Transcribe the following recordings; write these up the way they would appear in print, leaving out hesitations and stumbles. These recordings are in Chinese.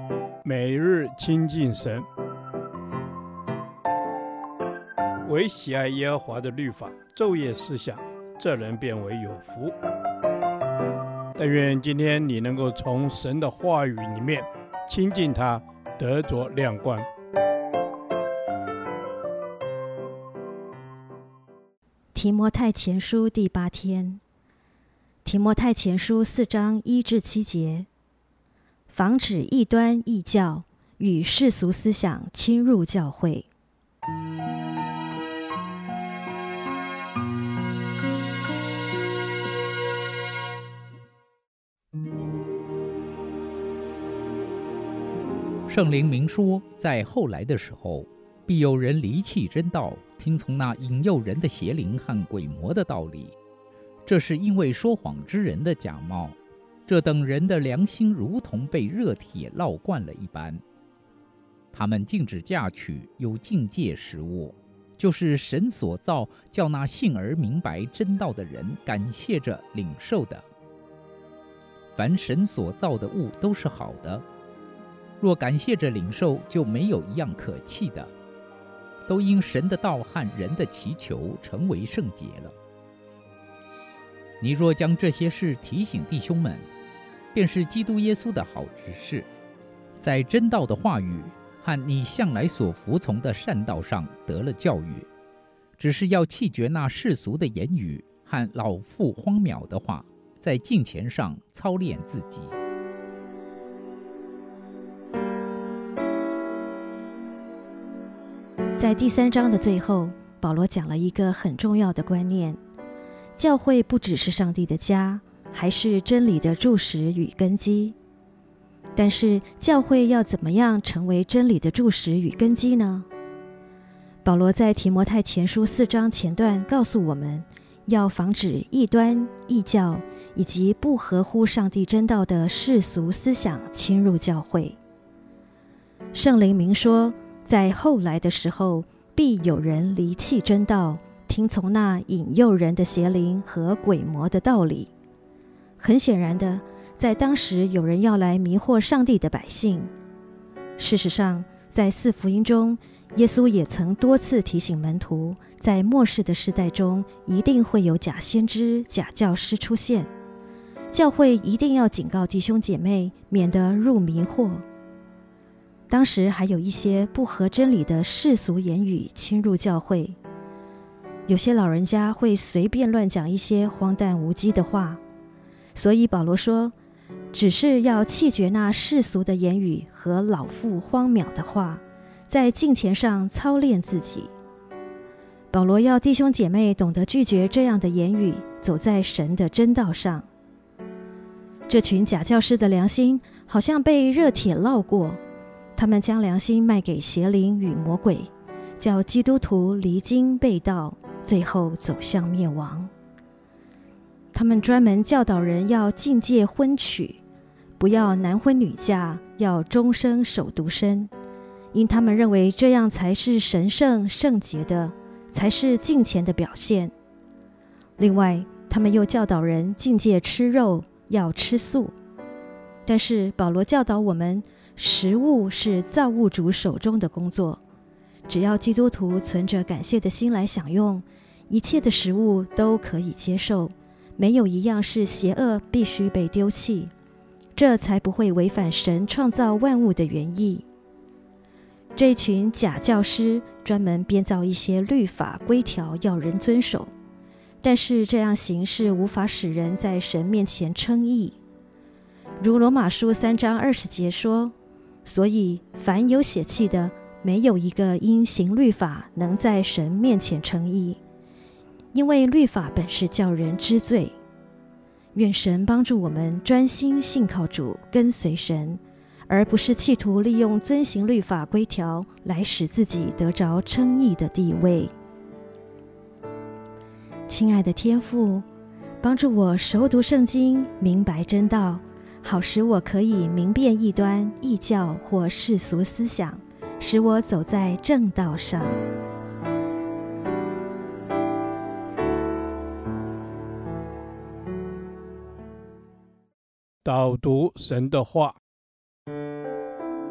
每日亲近神，唯喜爱耶和华的律法，昼夜思想，这人变为有福。但愿今天你能够从神的话语里面亲近他，得着亮光。 提摩太前书第8天，提摩太前书4章1至7节，防止异端异教与世俗思想侵入教会。 圣灵明说，在后来的时候，必有人离弃真道，听从那引诱人的邪灵和鬼魔的道理。这是因为说谎之人的假冒，这等人的良心如同被热铁烙惯了一般。他们禁止嫁娶，有禁戒食物，就是神所造，叫那信而明白真道的人感谢着领受的。凡神所造的物都是好的，若感谢着领受，就没有一样可弃的，都因神的道和人的祈求成为圣洁了。你若将这些事提醒弟兄们，便是基督耶稣的好执事，在真道的话语和你向来所服从的善道上得了教育，只是要弃绝那世俗的言语和老妇荒渺的话，在敬虔上操练自己。 在第3章的最后，保罗讲了一个很重要的观念：教会不只是上帝的家，还是真理的柱石与根基。但是教会要怎么样成为真理的柱石与根基呢？保罗在提摩太前书4章前段告诉我们，要防止异端、异教以及不合乎上帝真道的世俗思想侵入教会。圣灵明说，在后来的时候，必有人离弃真道，听从那引诱人的邪灵和鬼魔的道理。很显然的，在当时有人要来迷惑上帝的百姓。事实上，在4福音中，耶稣也曾多次提醒门徒，在末世的时代中，一定会有假先知、假教师出现。教会一定要警告弟兄姐妹，免得入迷惑。当时还有一些不合真理的世俗言语侵入教会，有些老人家会随便乱讲一些荒诞无稽的话，所以保罗说，只是要弃绝那世俗的言语和老妇荒渺的话，在敬虔上操练自己。保罗要弟兄姐妹懂得拒绝这样的言语，走在神的真道上。这群假教师的良心好像被热铁烙过，他们将良心卖给邪灵与魔鬼，叫基督徒离经背道，最后走向灭亡。他们专门教导人要禁戒婚娶，不要男婚女嫁，要终生守独身，因他们认为这样才是神圣圣洁的，才是敬虔的表现。另外，他们又教导人禁戒吃肉，要吃素。但是保罗教导我们，食物是造物主手中的工作，只要基督徒存着感谢的心来享用，一切的食物都可以接受，没有一样是邪恶必须被丢弃，这才不会违反神创造万物的原意。这群假教师专门编造一些律法规条要人遵守，但是这样行是无法使人在神面前称义。如罗马书3章20节说，所以凡有血气的，没有一个因行律法能在神面前称义，因为律法本是叫人知罪。愿神帮助我们专心信靠主，跟随神，而不是企图利用遵行律法规条来使自己得着称义的地位。亲爱的天父，帮助我熟读圣经，明白真道，好使我可以明辨异端、异教或世俗思想，使我走在正道上。 导读神的话，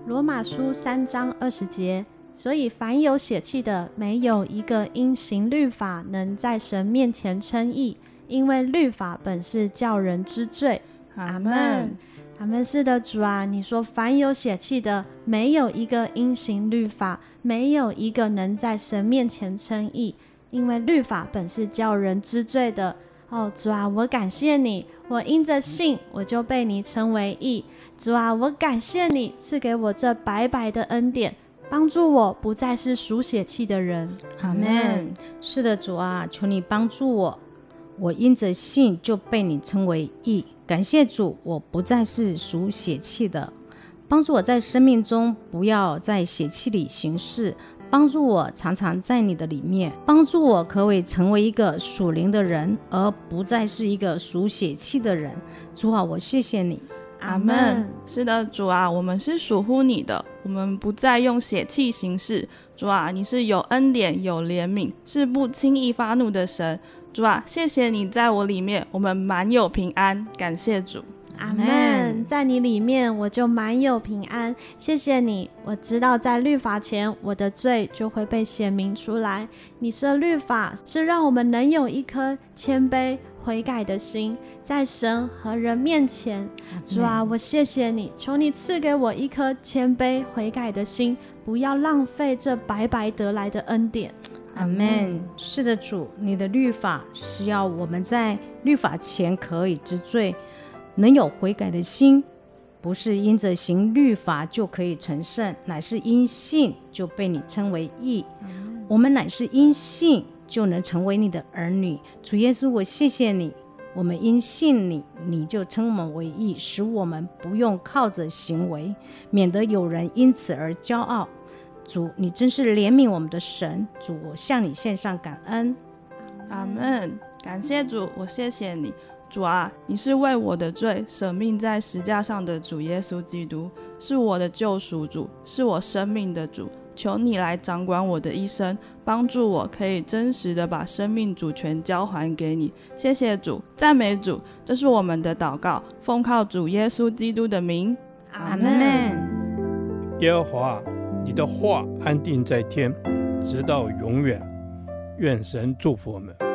罗马书3章20节，所以凡有血气的，没有一个因行律法能在神面前称义，因为律法本是叫人知罪。 阿们。 阿们。是的，主啊，你说凡有血气的，没有一个因行律法，没有一个能在神面前称义，因为律法本是叫人知罪的。主啊，我感谢你，我因着信，我就被你称为义。主啊，我感谢你赐给我这白白的恩典，帮助我不再是属血气的人。 阿们。 是的，主啊，求你帮助我，我因着信就被你称为义。感谢主，我不再是属血气的，帮助我在生命中不要在血气里行事，帮助我常常在你的里面，帮助我可以成为一个属灵的人，而不再是一个属血气的人。主啊，我谢谢你。 阿们。是的，主啊，我们是属乎你的，我们不再用血气行事。主啊，你是有恩典有怜悯，是不轻易发怒的神。主啊，谢谢你在我里面，我们满有平安。感谢主。 阿们。在你里面我就满有平安，谢谢你。我知道在律法前我的罪就会被显明出来，你设律法是让我们能有一颗谦卑悔改的心，在神和人面前。主啊，我谢谢你，求你赐给我一颗谦卑悔改的心，不要浪费这白白得来的恩典。 阿们。是的，主，你的律法是要我们在律法前可以知罪，能有悔改的心，不是因着行律法就可以成圣，乃是因信就被你称为义。我们乃是因信就能成为你的儿女。主耶稣，我谢谢你，我们因信你，你就称我们为义，使我们不用靠着行为，免得有人因此而骄傲。主，你真是怜悯我们的神。主，我向你献上感恩。 阿们。感谢主，我谢谢你。主啊，你是为我的罪舍命在石架上的主耶稣基督，是我的救赎主，是我生命的主。求你来掌管我的一生，帮助我可以真实的把生命主权交还给你。谢谢主，赞美主。这是我们的祷告，奉靠主耶稣基督的名。 阿们。 耶和华，你的话安定在天，直到永远。愿神祝福我们。